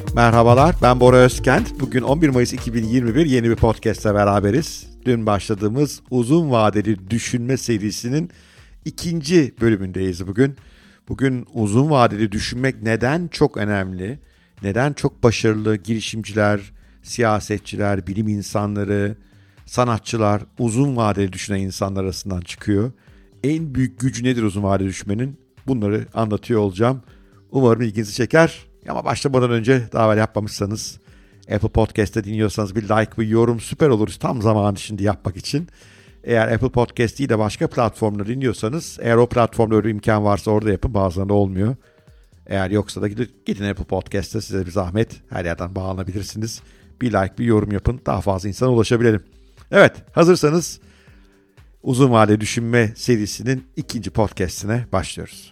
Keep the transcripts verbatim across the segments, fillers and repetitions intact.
Merhabalar, ben Bora Özkent. Bugün on bir Mayıs iki bin yirmi bir yeni bir podcast'la beraberiz. Dün başladığımız uzun vadeli düşünme serisinin ikinci bölümündeyiz bugün. Bugün uzun vadeli düşünmek neden çok önemli, neden çok başarılı girişimciler, siyasetçiler, bilim insanları, sanatçılar uzun vadeli düşünen insanlar arasından çıkıyor. En büyük gücü nedir uzun vadeli düşünmenin? Bunları anlatıyor olacağım. Umarım ilginizi çeker. Ama başlamadan önce daha evvel yapmamışsanız, Apple Podcast'te dinliyorsanız bir like ve yorum süper oluruz. Tam zamanı şimdi yapmak için. Eğer Apple Podcast değil de başka platformda dinliyorsanız, eğer o platformda öyle imkan varsa orada yapın. Bazılarında olmuyor. Eğer yoksa da gidin, gidin Apple Podcast'te, size bir zahmet. Her yerden bağlanabilirsiniz. Bir like, bir yorum yapın. Daha fazla insana ulaşabilelim. Evet, hazırsanız uzun vadeli düşünme serisinin ikinci podcast'ine başlıyoruz.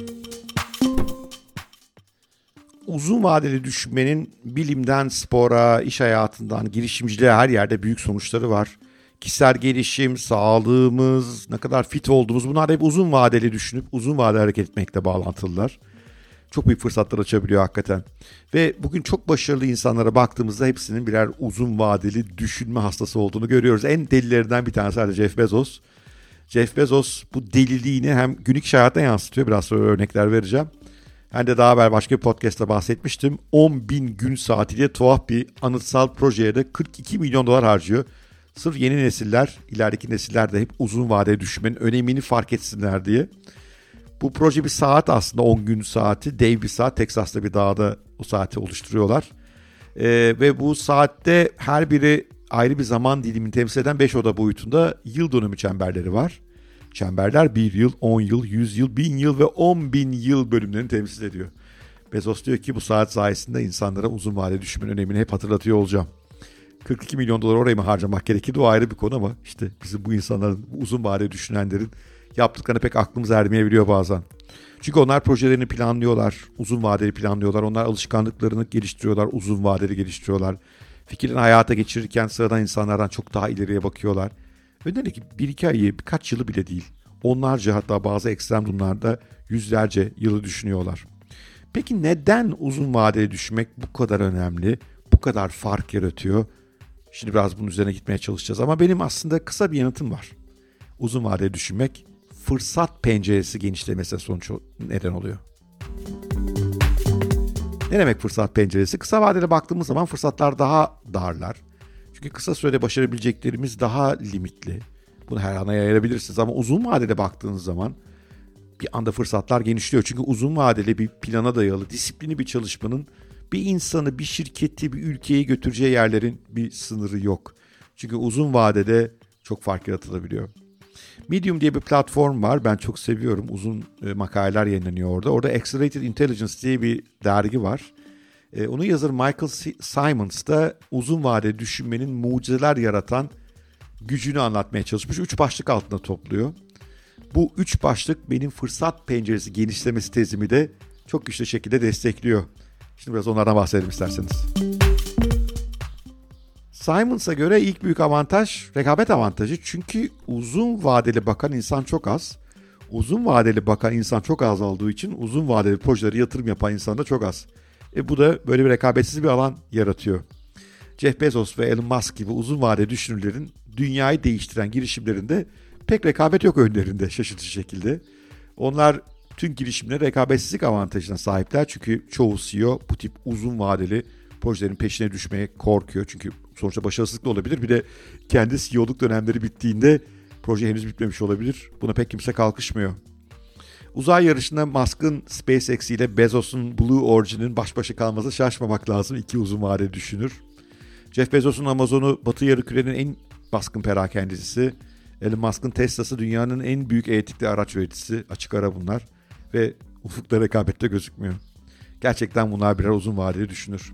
Uzun vadeli düşünmenin bilimden spora, iş hayatından girişimciliğe her yerde büyük sonuçları var. Kişisel gelişim, sağlığımız, ne kadar fit olduğumuz, bunlar hep uzun vadeli düşünüp uzun vadeli hareket etmekle bağlantılılar. Çok büyük fırsatlar açabiliyor hakikaten. Ve bugün çok başarılı insanlara baktığımızda hepsinin birer uzun vadeli düşünme hastası olduğunu görüyoruz. En delilerinden bir tanesi de Jeff Bezos. Jeff Bezos bu deliliğini hem günlük iş hayatına yansıtıyor. Biraz sonra örnekler vereceğim. Ben de daha evvel başka bir podcast'ta bahsetmiştim. on bin gün saati diye tuhaf bir anıtsal projeye de kırk iki milyon dolar harcıyor. Sırf yeni nesiller, ilerideki nesiller de hep uzun vadeli düşünmenin önemini fark etsinler diye. Bu proje bir saat aslında, on gün saati. Dev bir saat. Teksas'ta bir dağda o saati oluşturuyorlar. Ee, ve bu saatte her biri ayrı bir zaman dilimini temsil eden beş oda boyutunda yıl dönümü çemberleri var. Çemberler bir yıl, on yıl, yüz yıl, bin yıl ve on bin yıl bölümlerini temsil ediyor. Bezos diyor ki bu saat sayesinde insanlara uzun vadeli düşünmenin önemini hep hatırlatıyor olacağım. kırk iki milyon dolar oraya mı harcamak gerekirdi, o ayrı bir konu, ama işte bizim bu insanların, bu uzun vadeli düşünenlerin yaptıklarına pek aklımız ermeyebiliyor bazen. Çünkü onlar projelerini planlıyorlar, uzun vadeli planlıyorlar. Onlar alışkanlıklarını geliştiriyorlar, uzun vadeli geliştiriyorlar. Fikirlerini hayata geçirirken sıradan insanlardan çok daha ileriye bakıyorlar. Önlerindeki bir iki ayı, birkaç yılı bile değil, onlarca, hatta bazı ekstrem durumlarda yüzlerce yılı düşünüyorlar. Peki neden uzun vadeli düşünmek bu kadar önemli, bu kadar fark yaratıyor? Şimdi biraz bunun üzerine gitmeye çalışacağız ama benim aslında kısa bir yanıtım var. Uzun vadeli düşünmek fırsat penceresi genişlemesine sonuç neden oluyor. Ne demek fırsat penceresi? Kısa vadede baktığımız zaman fırsatlar daha darlar. Çünkü kısa sürede başarabileceklerimiz daha limitli. Bunu her ana yayabilirsiniz ama uzun vadede baktığınız zaman bir anda fırsatlar genişliyor. Çünkü uzun vadeli bir plana dayalı, disiplinli bir çalışmanın bir insanı, bir şirketi, bir ülkeyi götüreceği yerlerin bir sınırı yok. Çünkü uzun vadede çok fark yaratılabiliyor. Medium diye bir platform var. Ben çok seviyorum. Uzun e, makaleler yayınlanıyor orada. Orada Accelerated Intelligence diye bir dergi var. E, onun yazarı Michael Simons da uzun vadeli düşünmenin mucizeler yaratan gücünü anlatmaya çalışmış. Üç başlık altında topluyor. Bu üç başlık benim fırsat penceresi genişlemesi tezimi de çok güçlü şekilde destekliyor. Şimdi biraz onlardan bahsedelim isterseniz. Simons'a göre ilk büyük avantaj rekabet avantajı. Çünkü uzun vadeli bakan insan çok az. Uzun vadeli bakan insan çok az olduğu için uzun vadeli projelere yatırım yapan insan da çok az. E bu da böyle bir rekabetsiz bir alan yaratıyor. Jeff Bezos ve Elon Musk gibi uzun vadeli düşünürlerin dünyayı değiştiren girişimlerinde pek rekabet yok önlerinde, şaşırtıcı şekilde. Onlar tüm girişimlere rekabetsizlik avantajına sahipler. Çünkü çoğu C E O bu tip uzun vadeli projelerin peşine düşmeye korkuyor. Çünkü sonuçta başarısızlık da olabilir. Bir de kendi C E O'luk dönemleri bittiğinde proje henüz bitmemiş olabilir. Buna pek kimse kalkışmıyor. Uzay yarışında Musk'ın SpaceX ile Bezos'un Blue Origin'in baş başa kalması şaşmamak lazım. İki uzun vadeli düşünür. Jeff Bezos'un Amazon'u Batı Yarımküre'nin en baskın perakendecisi. Elon Musk'ın Tesla'sı dünyanın en büyük elektrikli araç üreticisi. Açık ara bunlar. Ve ufukta rekabette gözükmüyor. Gerçekten bunlar birer uzun vadeli düşünür.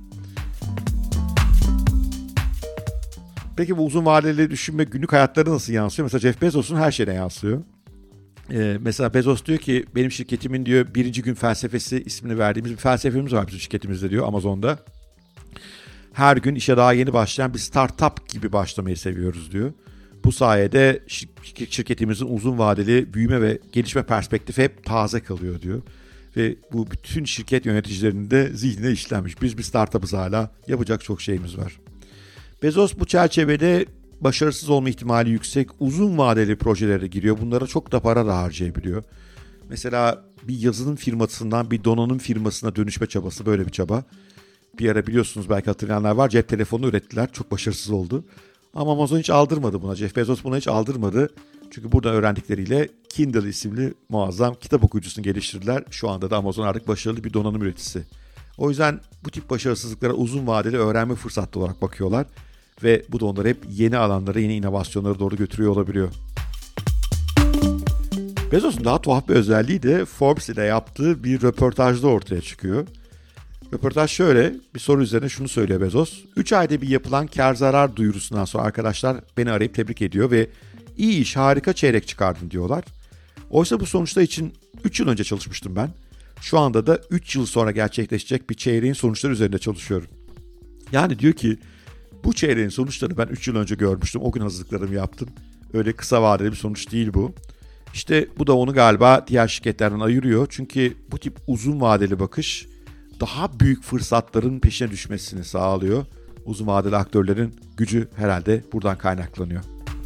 Peki bu uzun vadeli düşünme günlük hayatları nasıl yansıyor? Mesela Jeff Bezos'un her şeyine yansıyor. Ee, mesela Bezos diyor ki benim şirketimin diyor birinci gün felsefesi ismini verdiğimiz bir felsefemiz var bizim şirketimizde diyor Amazon'da. Her gün işe daha yeni başlayan bir startup gibi başlamayı seviyoruz diyor. Bu sayede şirketimizin uzun vadeli büyüme ve gelişme perspektifi hep taze kalıyor diyor. Ve bu bütün şirket yöneticilerinin de zihnine işlenmiş. Biz bir startup'ız hala. Yapacak çok şeyimiz var. Bezos bu çerçevede başarısız olma ihtimali yüksek uzun vadeli projelere giriyor. Bunlara çok da para da harcayabiliyor. Mesela bir yazılım firmasından bir donanım firmasına dönüşme çabası böyle bir çaba. Bir ara biliyorsunuz belki hatırlayanlar var, cep telefonu ürettiler. Çok başarısız oldu. Ama Amazon hiç aldırmadı buna. Jeff Bezos buna hiç aldırmadı. Çünkü burada öğrendikleriyle Kindle isimli muazzam kitap okuyucusunu geliştirdiler. Şu anda da Amazon artık başarılı bir donanım üreticisi. O yüzden bu tip başarısızlıklara uzun vadeli öğrenme fırsatı olarak bakıyorlar. Ve bu da onları hep yeni alanlara, yeni inovasyonlara doğru götürüyor olabiliyor. Bezos'un daha tuhaf bir özelliği de Forbes ile yaptığı bir röportajda ortaya çıkıyor. Röportaj şöyle, bir soru üzerine şunu söylüyor Bezos. üç ayda bir yapılan kar zarar duyurusundan sonra arkadaşlar beni arayıp tebrik ediyor ve iyi iş, harika çeyrek çıkardın diyorlar. Oysa bu sonuçlar için üç yıl önce çalışmıştım ben. Şu anda da üç yıl sonra gerçekleşecek bir çeyreğin sonuçları üzerinde çalışıyorum. Yani diyor ki bu çeyreğin sonuçlarını ben üç yıl önce görmüştüm. O gün hazırlıklarımı yaptım. Öyle kısa vadeli bir sonuç değil bu. İşte bu da onu galiba diğer şirketlerden ayırıyor. Çünkü bu tip uzun vadeli bakış daha büyük fırsatların peşine düşmesini sağlıyor. Uzun vadeli aktörlerin gücü herhalde buradan kaynaklanıyor.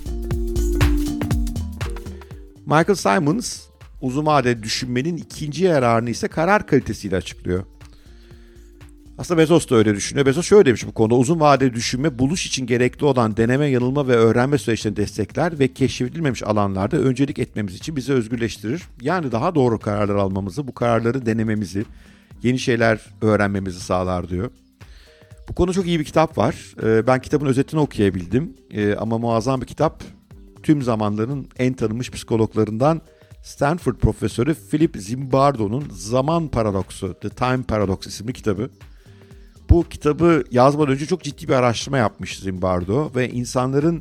Michael Simons uzun vadeli düşünmenin ikinci yararını ise karar kalitesiyle açıklıyor. Aslında Bezos da öyle düşünüyor. Bezos şöyle demiş bu konuda: uzun vadeli düşünme buluş için gerekli olan deneme, yanılma ve öğrenme süreçlerini destekler ve keşfedilmemiş alanlarda öncelik etmemiz için bizi özgürleştirir. Yani daha doğru kararlar almamızı, bu kararları denememizi, yeni şeyler öğrenmemizi sağlar diyor. Bu konu çok iyi bir kitap var. Ben kitabın özetini okuyabildim. Ama muazzam bir kitap. Tüm zamanların en tanınmış psikologlarından Stanford profesörü Philip Zimbardo'nun Zaman Paradoksu, The Time Paradox isimli kitabı. Bu kitabı yazmadan önce çok ciddi bir araştırma yapmış Zimbardo ve insanların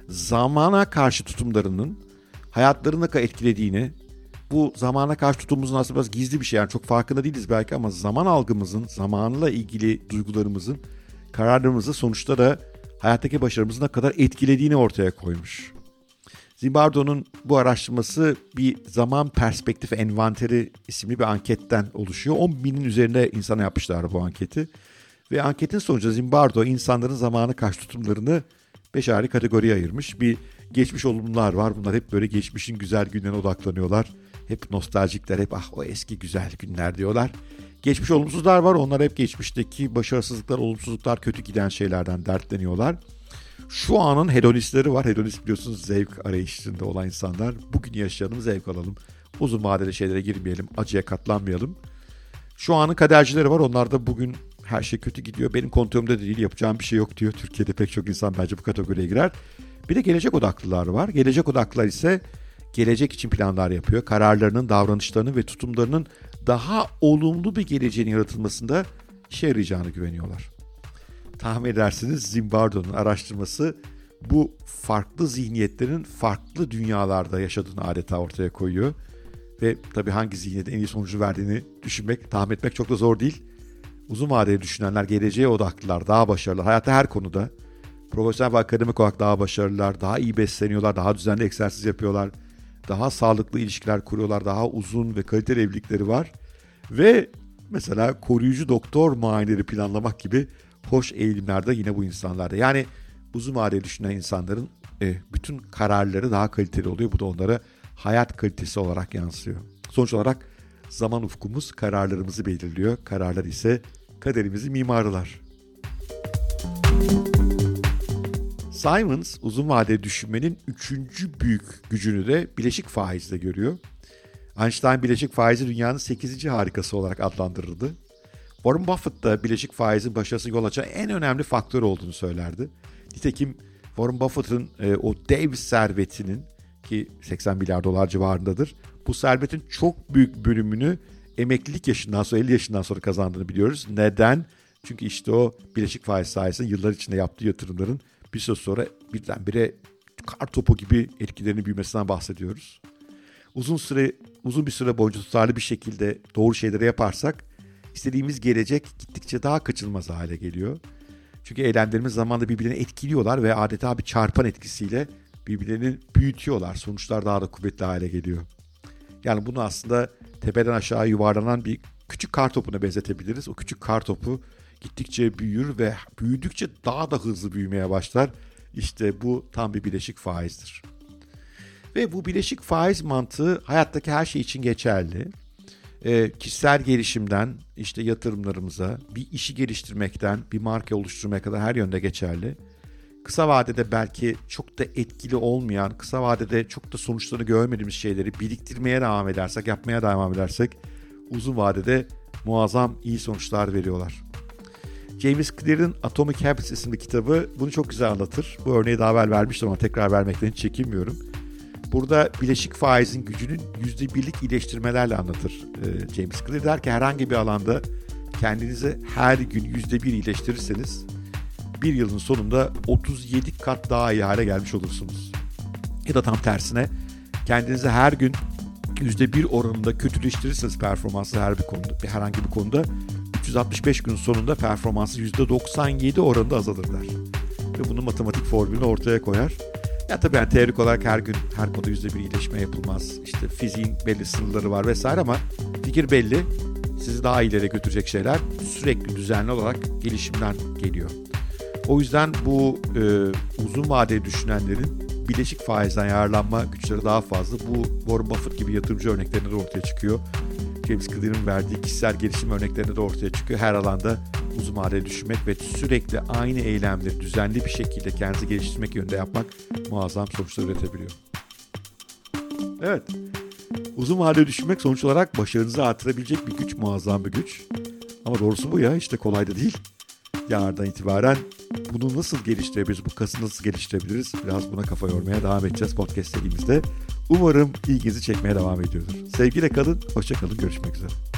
zamana karşı tutumlarının hayatlarını ne kadar etkilediğini, bu zamana karşı tutumumuzun aslında biraz gizli bir şey, yani çok farkında değiliz belki ama zaman algımızın, zamanla ilgili duygularımızın, kararlarımızı sonuçta da hayattaki başarımızı ne kadar etkilediğini ortaya koymuş. Zimbardo'nun bu araştırması bir zaman perspektif envanteri isimli bir anketten oluşuyor. on binin üzerinde insana yapmışlar bu anketi. Ve anketin sonucunda Zimbardo insanların zamana karşı tutumlarını beş ayrı kategoriye ayırmış. Bir geçmiş olumlular var. Bunlar hep böyle geçmişin güzel günlerine odaklanıyorlar. Hep nostaljikler, hep ah o eski güzel günler diyorlar. Geçmiş olumsuzlar var. Onlar hep geçmişteki başarısızlıklar, olumsuzluklar, kötü giden şeylerden dertleniyorlar. Şu anın hedonistleri var. Hedonist biliyorsunuz zevk arayışında olan insanlar. Bugün yaşayalım, zevk alalım. Uzun vadeli şeylere girmeyelim, acıya katlanmayalım. Şu anın kadercileri var. Onlar da bugün her şey kötü gidiyor, benim kontrolümde de değil, yapacağım bir şey yok diyor. Türkiye'de pek çok insan bence bu kategoriye girer. Bir de gelecek odaklılar var. Gelecek odaklılar ise gelecek için planlar yapıyor. Kararlarının, davranışlarının ve tutumlarının daha olumlu bir geleceğin yaratılmasında işe yarayacağını güveniyorlar. Tahmin edersiniz Zimbardo'nun araştırması bu farklı zihniyetlerin farklı dünyalarda yaşadığını adeta ortaya koyuyor. Ve tabii hangi zihniyetin en iyi sonucu verdiğini düşünmek, tahmin etmek çok da zor değil. Uzun vadeli düşünenler, geleceğe odaklılar, daha başarılı. Hayatta her konuda profesyonel ve akademik olarak daha başarılılar, daha iyi besleniyorlar, daha düzenli egzersiz yapıyorlar, daha sağlıklı ilişkiler kuruyorlar, daha uzun ve kaliteli evlilikleri var. Ve mesela koruyucu doktor muayeneleri planlamak gibi hoş eğilimlerde yine bu insanlarda. Yani uzun vadeli düşünen insanların e, bütün kararları daha kaliteli oluyor. Bu da onlara hayat kalitesi olarak yansıyor. Sonuç olarak zaman ufkumuz kararlarımızı belirliyor. Kararlar ise kaderimizi mimarlar. Simons uzun vadeli düşünmenin üçüncü büyük gücünü de bileşik faizde görüyor. Einstein bileşik faizi dünyanın sekizinci harikası olarak adlandırırdı. Warren Buffett da bileşik faizin başarısına yol açan en önemli faktör olduğunu söylerdi. Nitekim Warren Buffett'ın e, o dev servetinin, ki seksen milyar dolar civarındadır, bu servetin çok büyük bölümünü emeklilik yaşından sonra, elli yaşından sonra kazandığını biliyoruz. Neden? Çünkü işte o bileşik faiz sayesinde yıllar içinde yaptığı yatırımların bir süre sonra birdenbire kar topu gibi etkilerinin büyümesinden bahsediyoruz. Uzun süre, uzun bir süre boyunca tutarlı bir şekilde doğru şeyleri yaparsak istediğimiz gelecek gittikçe daha kaçınılmaz hale geliyor. Çünkü eylemlerimiz zamanla birbirlerini etkiliyorlar ve adeta bir çarpan etkisiyle birbirlerini büyütüyorlar. Sonuçlar daha da kuvvetli hale geliyor. Yani bunu aslında tepeden aşağı yuvarlanan bir küçük kar topuna benzetebiliriz. O küçük kar topu gittikçe büyür ve büyüdükçe daha da hızlı büyümeye başlar. İşte bu tam bir bileşik faizdir. Ve bu bileşik faiz mantığı hayattaki her şey için geçerli. E, kişisel gelişimden işte yatırımlarımıza, bir işi geliştirmekten bir marka oluşturmaya kadar her yönde geçerli. Kısa vadede belki çok da etkili olmayan, kısa vadede çok da sonuçlarını görmediğimiz şeyleri biriktirmeye devam edersek, yapmaya devam edersek uzun vadede muazzam iyi sonuçlar veriyorlar. James Clear'ın Atomic Habits isimli kitabı bunu çok güzel anlatır. Bu örneği daha evvel vermiştim ama tekrar vermekten hiç çekinmiyorum. Burada bileşik faizin gücünün yüzde birlik iyileştirmelerle anlatır ee, James Clear. Der ki herhangi bir alanda kendinizi her gün yüzde bir iyileştirirseniz bir yılın sonunda otuz yedi kat daha iyi hale gelmiş olursunuz. Ya da tam tersine kendinizi her gün yüzde bir oranında kötüleştirirseniz performansı her bir konuda, herhangi bir konuda üç yüz altmış beş gün sonunda performansı yüzde doksan yedi oranında azalır der. Ve bunun matematik formülünü ortaya koyar. Ya tabii yani teorik olarak her gün her konuda yüzde bir iyileşme yapılmaz. İşte fiziğin belli sınırları var vesaire ama fikir belli. Sizi daha ileriye götürecek şeyler sürekli düzenli olarak gelişimden geliyor. O yüzden bu e, uzun vadeli düşünenlerin bileşik faizden yararlanma güçleri daha fazla. Bu Warren Buffett gibi yatırımcı örneklerinde de ortaya çıkıyor. James Clear'ın verdiği kişisel gelişim örneklerinde de ortaya çıkıyor. Her alanda uzun vadeli düşünmek ve sürekli aynı eylemleri düzenli bir şekilde kendinizi geliştirmek yönünde yapmak muazzam sonuçlar üretebiliyor. Evet, uzun vadeli düşünmek sonuç olarak başarınızı artırabilecek bir güç, muazzam bir güç. Ama doğrusu bu ya, işte kolay da değil. Yarından itibaren bunu nasıl geliştirebiliriz, bu kası nasıl geliştirebiliriz? Biraz buna kafa yormaya devam edeceğiz podcast serimizde. Umarım ilginizi çekmeye devam ediyordur. Sevgiyle kalın, hoşça kalın, görüşmek üzere.